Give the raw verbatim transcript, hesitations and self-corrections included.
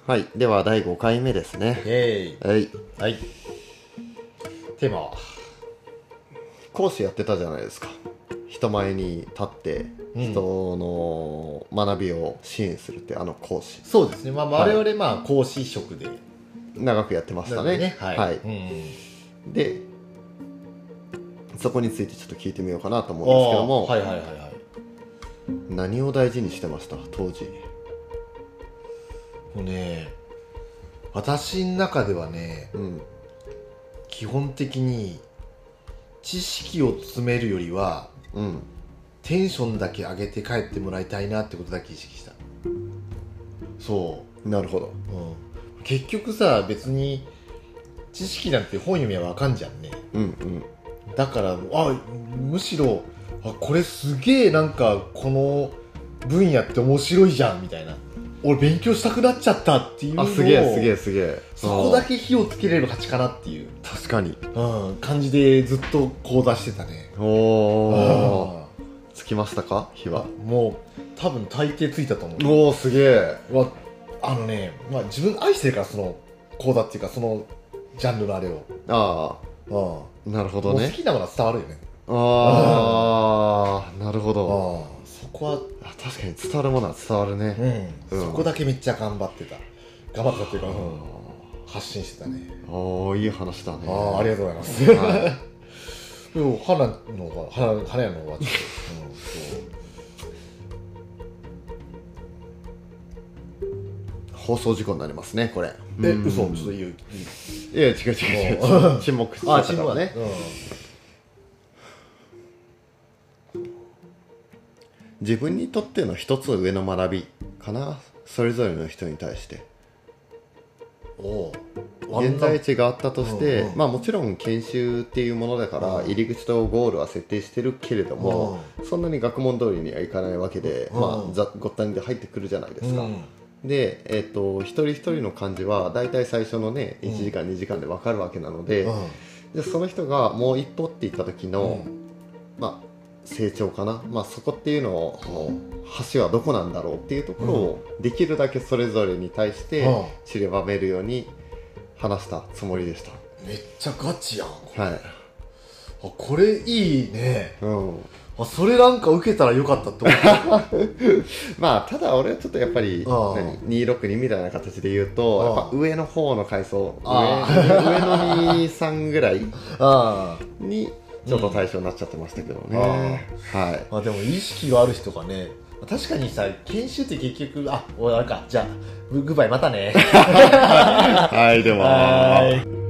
はい。では、だいごかいめですね。 えい。 はい。 はい。テーマは講師やってたじゃないですか。人前に立って、人の学びを支援するってあの講師。 そうですね。まあ、 はい我々、まあ、講師職で。 長くやってましたね。 ねはい。 はいうんで、そこについてちょっと聞いてみようかなと思うんですけども、 はいはいはいはい。 何を大事にしてました当時。 もうね、私の中ではね、 うん。 基本的に知識を詰めるよりは、 うん。 テンションだけ上げて帰ってもらいたいなってことだけ意識した。そなるほど。 う。うん、結局さ、別に知識なんて本読みはわかんじゃんね。 うんうん。 だからあむしろあこれすげえなんかこの分野って面白いじゃんみたいな、俺勉強したくなっちゃったっていうのを、 あ、すげえすげえすげえ。 そこだけ火をつけれる価値かなっていう、 確かに。 うん、感じでずっと講座してたね。 おお。つきましたか火は。 もう多分大抵ついたと思う。 おお、すげえ。 わあのね、まあ、自分愛してるからその講座っていうかそのジャンルのあれを、 あああ、なるほどもうね。 好きなものは伝わるよね。 ああ、なるほど。 あそこはあ、確かに伝わるものは伝わるね。 うん、 うんそこだけめっちゃ頑張ってた。頑張ってたっていうか、うん、発信してたね。 おお、いい話だね。 ああ、ありがとうございます。 はでも花のは花花屋のはちょっと、うん、 放送事故になりますね、これ。 え、 うん嘘、ちょっと言う。 いや、違う違う違う。沈黙してあ、 たからね。自分にとっての一つ上の学びかな、それぞれの人に対して。 お現在地があったとして、 うんうん、 まあもちろん研修っていうものだから入り口とゴールは設定してるけれども、うん、そんなに学問通りにはいかないわけで、うん、まあごったにで入ってくるじゃないですか。うん、で、えーと、一人一人の感じはだいたい最初のねいちじかん、うん、にじかんで分かるわけなので、うん、でその人がもう一歩っていった時の、うん、まあ成長かな、まあ、そこっていうのを、橋はどこなんだろうっていうところをできるだけそれぞれに対して散りばめるように話したつもりでした。 めっちゃガチやん。 はい。 あ、これいいね。 うん。 あ、それなんか受けたらよかったって思ったまあただ俺はちょっとやっぱりにひゃくろくじゅうにみたいな形で言うと、やっぱ上の方の階層、上, 上のに、さんぐらいにちょっと対象になっちゃってましたけどね。うん、はい。 まあでも意識がある人がね、確かにさ、研修って結局、あ、おいあれか、じゃあグッバイまたね。 はい、では。